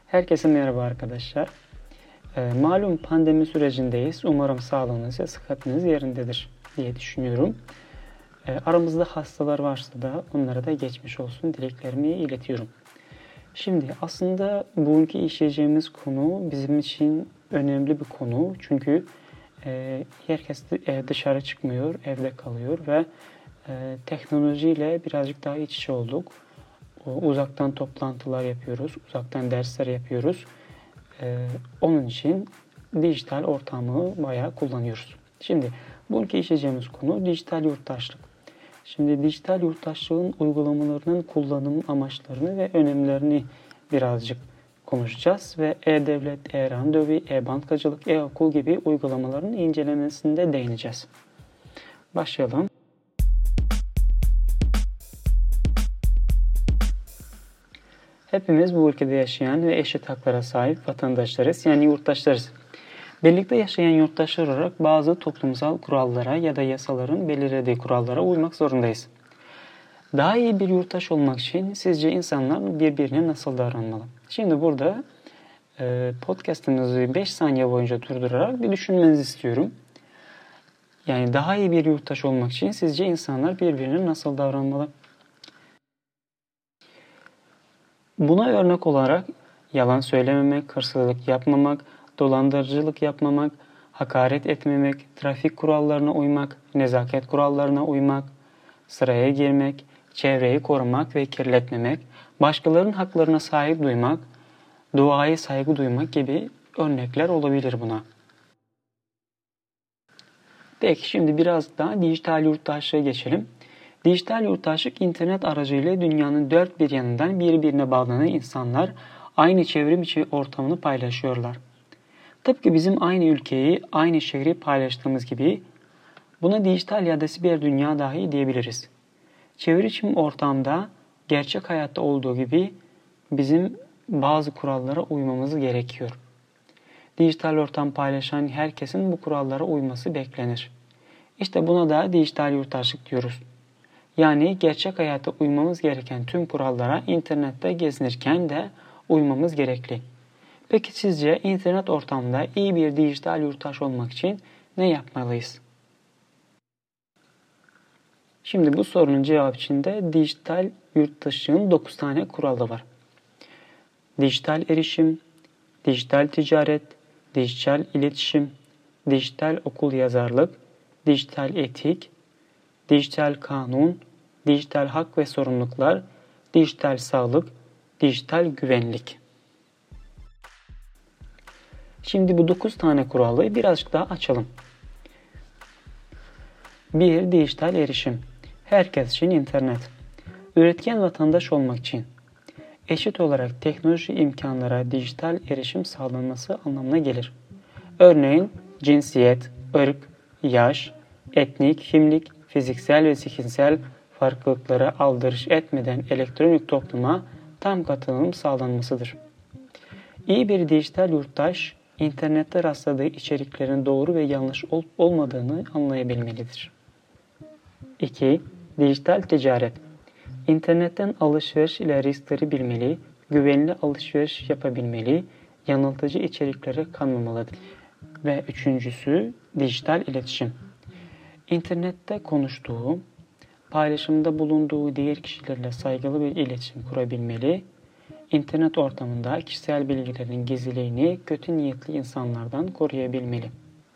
Herkese merhaba arkadaşlar. Malum pandemi sürecindeyiz. Umarım sağlığınız ve sıhhatiniz yerindedir diye düşünüyorum. Aramızda hastalar varsa da onlara da geçmiş olsun dileklerimi iletiyorum. Şimdi aslında bugünkü işleyeceğimiz konu bizim için önemli bir konu. Çünkü herkes dışarı çıkmıyor, evde kalıyor ve teknolojiyle birazcık daha iç içe olduk. Uzaktan toplantılar yapıyoruz, uzaktan dersler yapıyoruz. Onun için dijital ortamı bayağı kullanıyoruz. Şimdi bugünkü işleyeceğimiz konu dijital yurttaşlık. Şimdi dijital yurttaşlığın uygulamalarının kullanım amaçlarını ve önemlerini birazcık konuşacağız ve e-devlet, e-randevu, e-bankacılık, e-okul gibi uygulamaların incelemesinde değineceğiz. Başlayalım. Hepimiz bu ülkede yaşayan ve eşit haklara sahip vatandaşlarız, yani yurttaşlarız. Birlikte yaşayan yurttaşlar olarak bazı toplumsal kurallara ya da yasaların belirlediği kurallara uymak zorundayız. Daha iyi bir yurttaş olmak için sizce insanlar birbirine nasıl davranmalı? Şimdi burada podcastımızı 5 saniye boyunca durdurarak bir düşünmenizi istiyorum. Yani daha iyi bir yurttaş olmak için sizce insanlar birbirine nasıl davranmalı? Buna örnek olarak yalan söylememek, hırsızlık yapmamak, dolandırıcılık yapmamak, hakaret etmemek, trafik kurallarına uymak, nezaket kurallarına uymak, sıraya girmek, çevreyi korumak ve kirletmemek, başkalarının haklarına sahip duymak, doğaya saygı duymak gibi örnekler olabilir buna. Peki şimdi biraz daha dijital yurttaşlığa geçelim. Dijital yurttaşlık internet aracılığıyla dünyanın dört bir yanından birbirine bağlanan insanlar aynı çevrim içi ortamını paylaşıyorlar. Tıpkı bizim aynı ülkeyi, aynı şehri paylaştığımız gibi buna dijital ya da siber dünya dahi diyebiliriz. Çevrim ortamda gerçek hayatta olduğu gibi bizim bazı kurallara uymamız gerekiyor. Dijital ortam paylaşan herkesin bu kurallara uyması beklenir. İşte buna da dijital yurttaşlık diyoruz. Yani gerçek hayatta uymamız gereken tüm kurallara internette gezinirken de uymamız gerekli. Peki sizce internet ortamında iyi bir dijital yurttaş olmak için ne yapmalıyız? Şimdi bu sorunun cevabı için de dijital yurttaşlığın 9 tane kuralı var. Dijital erişim, dijital ticaret, dijital iletişim, dijital okuryazarlık, dijital etik, dijital kanun, dijital hak ve sorumluluklar, dijital sağlık, dijital güvenlik. Şimdi bu 9 tane kuralı birazcık daha açalım. 1. Dijital erişim. Herkes için internet. Üretken vatandaş olmak için eşit olarak teknoloji imkanlara dijital erişim sağlanması anlamına gelir. Örneğin cinsiyet, ırk, yaş, etnik, kimlik, fiziksel ve zihinsel farklılıklara aldırış etmeden elektronik topluma tam katılım sağlanmasıdır. İyi bir dijital yurttaş, internette rastladığı içeriklerin doğru ve yanlış olup olmadığını anlayabilmelidir. 2. Dijital ticaret. İnternetten alışveriş ile riskleri bilmeli, güvenli alışveriş yapabilmeli, yanıltıcı içeriklere kanmamalıdır. Ve üçüncüsü dijital iletişim. İnternette konuştuğu, paylaşımda bulunduğu diğer kişilerle saygılı bir iletişim kurabilmeli, internet ortamında kişisel bilgilerin gizliliğini kötü niyetli insanlardan koruyabilmeli.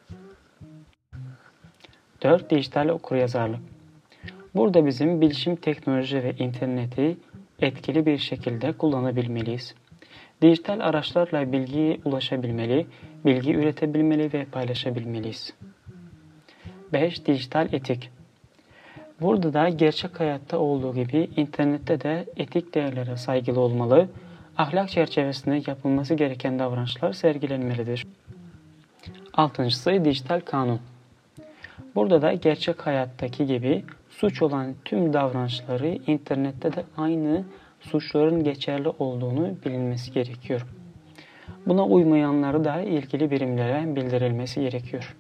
4. Dijital okuryazarlık. Burada bizim bilişim teknoloji ve interneti etkili bir şekilde kullanabilmeliyiz. Dijital araçlarla bilgiye ulaşabilmeli, bilgi üretebilmeli ve paylaşabilmeliyiz. 5. Dijital etik. Burada da gerçek hayatta olduğu gibi internette de etik değerlere saygılı olmalı, ahlak çerçevesinde yapılması gereken davranışlar sergilenmelidir. 6. Dijital kanun. Burada da gerçek hayattaki gibi suç olan tüm davranışları internette de aynı suçların geçerli olduğunu bilinmesi gerekiyor. Buna uymayanları da ilgili birimlere bildirilmesi gerekiyor.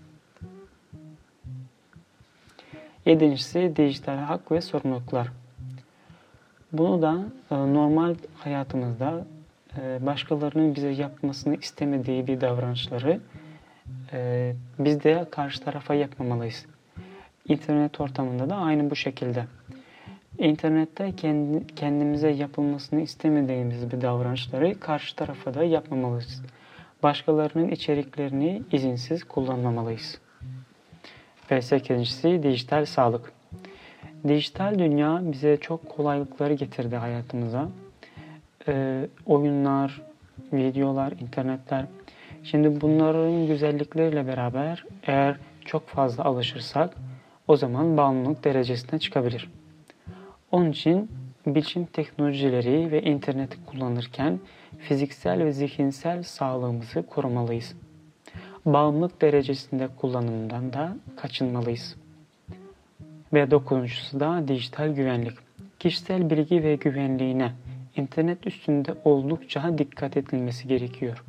7. Dijital hak ve sorumluluklar. Bunu da normal hayatımızda başkalarının bize yapmasını istemediği bir davranışları biz de karşı tarafa yapmamalıyız. İnternet ortamında da aynı bu şekilde. İnternette kendimize yapılmasını istemediğimiz bir davranışları karşı tarafa da yapmamalıyız. Başkalarının içeriklerini izinsiz kullanmamalıyız. Ve 8. dijital sağlık. Dijital dünya bize çok kolaylıkları getirdi hayatımıza. Oyunlar, videolar, internetler. Şimdi bunların güzellikleriyle beraber eğer çok fazla alışırsak o zaman bağımlılık derecesine çıkabilir. Onun için bilişim teknolojileri ve interneti kullanırken fiziksel ve zihinsel sağlığımızı korumalıyız. Bağımlılık derecesinde kullanımından da kaçınmalıyız. Ve 9. da dijital güvenlik. Kişisel bilgi ve güvenliğine internet üstünde oldukça dikkat edilmesi gerekiyor.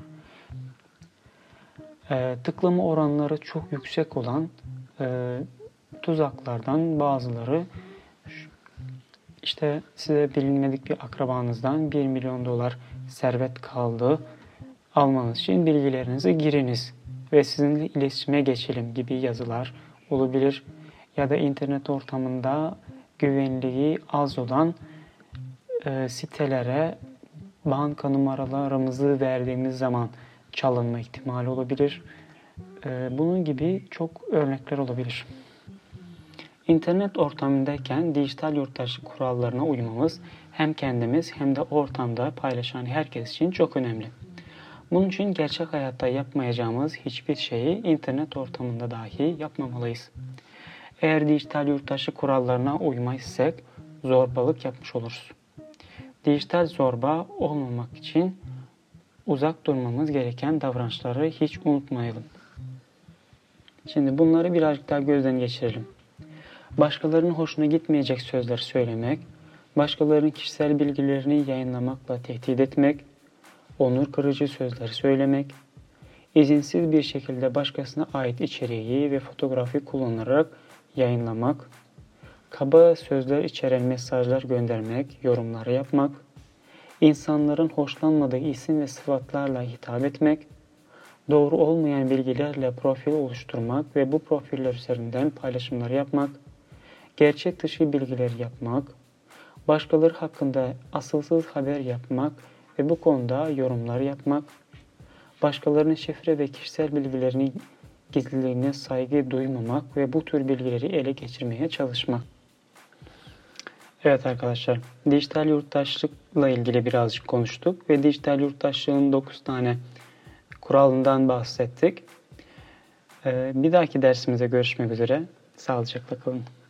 Tıklama oranları çok yüksek olan tuzaklardan bazıları, işte size bilinmedik bir akrabanızdan 1 milyon dolar servet kaldı, almanız için bilgilerinizi giriniz ve sizinle iletişime geçelim gibi yazılar olabilir. Ya da internet ortamında güvenliği az olan sitelere banka numaralarımızı verdiğimiz zaman çalınma ihtimali olabilir. Bunun gibi çok örnekler olabilir. İnternet ortamındayken dijital yurttaşlık kurallarına uymamız hem kendimiz hem de ortamda paylaşan herkes için çok önemli. Bunun için gerçek hayatta yapmayacağımız hiçbir şeyi internet ortamında dahi yapmamalıyız. Eğer dijital yurttaşlık kurallarına uymazsak zorbalık yapmış oluruz. Dijital zorba olmamak için uzak durmamız gereken davranışları hiç unutmayalım. Şimdi bunları birazcık daha gözden geçirelim. Başkalarının hoşuna gitmeyecek sözler söylemek, başkalarının kişisel bilgilerini yayınlamakla tehdit etmek, onur kırıcı sözler söylemek, izinsiz bir şekilde başkasına ait içeriği ve fotoğrafı kullanarak yayınlamak, kaba sözler içeren mesajlar göndermek, yorumlar yapmak, insanların hoşlanmadığı isim ve sıfatlarla hitap etmek, doğru olmayan bilgilerle profil oluşturmak ve bu profiller üzerinden paylaşımlar yapmak, gerçek dışı bilgiler yapmak, başkaları hakkında asılsız haber yapmak ve bu konuda yorumlar yapmak, başkalarının şifre ve kişisel bilgilerinin gizliliğine saygı duymamak ve bu tür bilgileri ele geçirmeye çalışmak. Evet arkadaşlar, dijital yurttaşlıkla ilgili birazcık konuştuk ve dijital yurttaşlığın 9 tane kuralından bahsettik. Bir dahaki dersimize görüşmek üzere. Sağlıcakla kalın.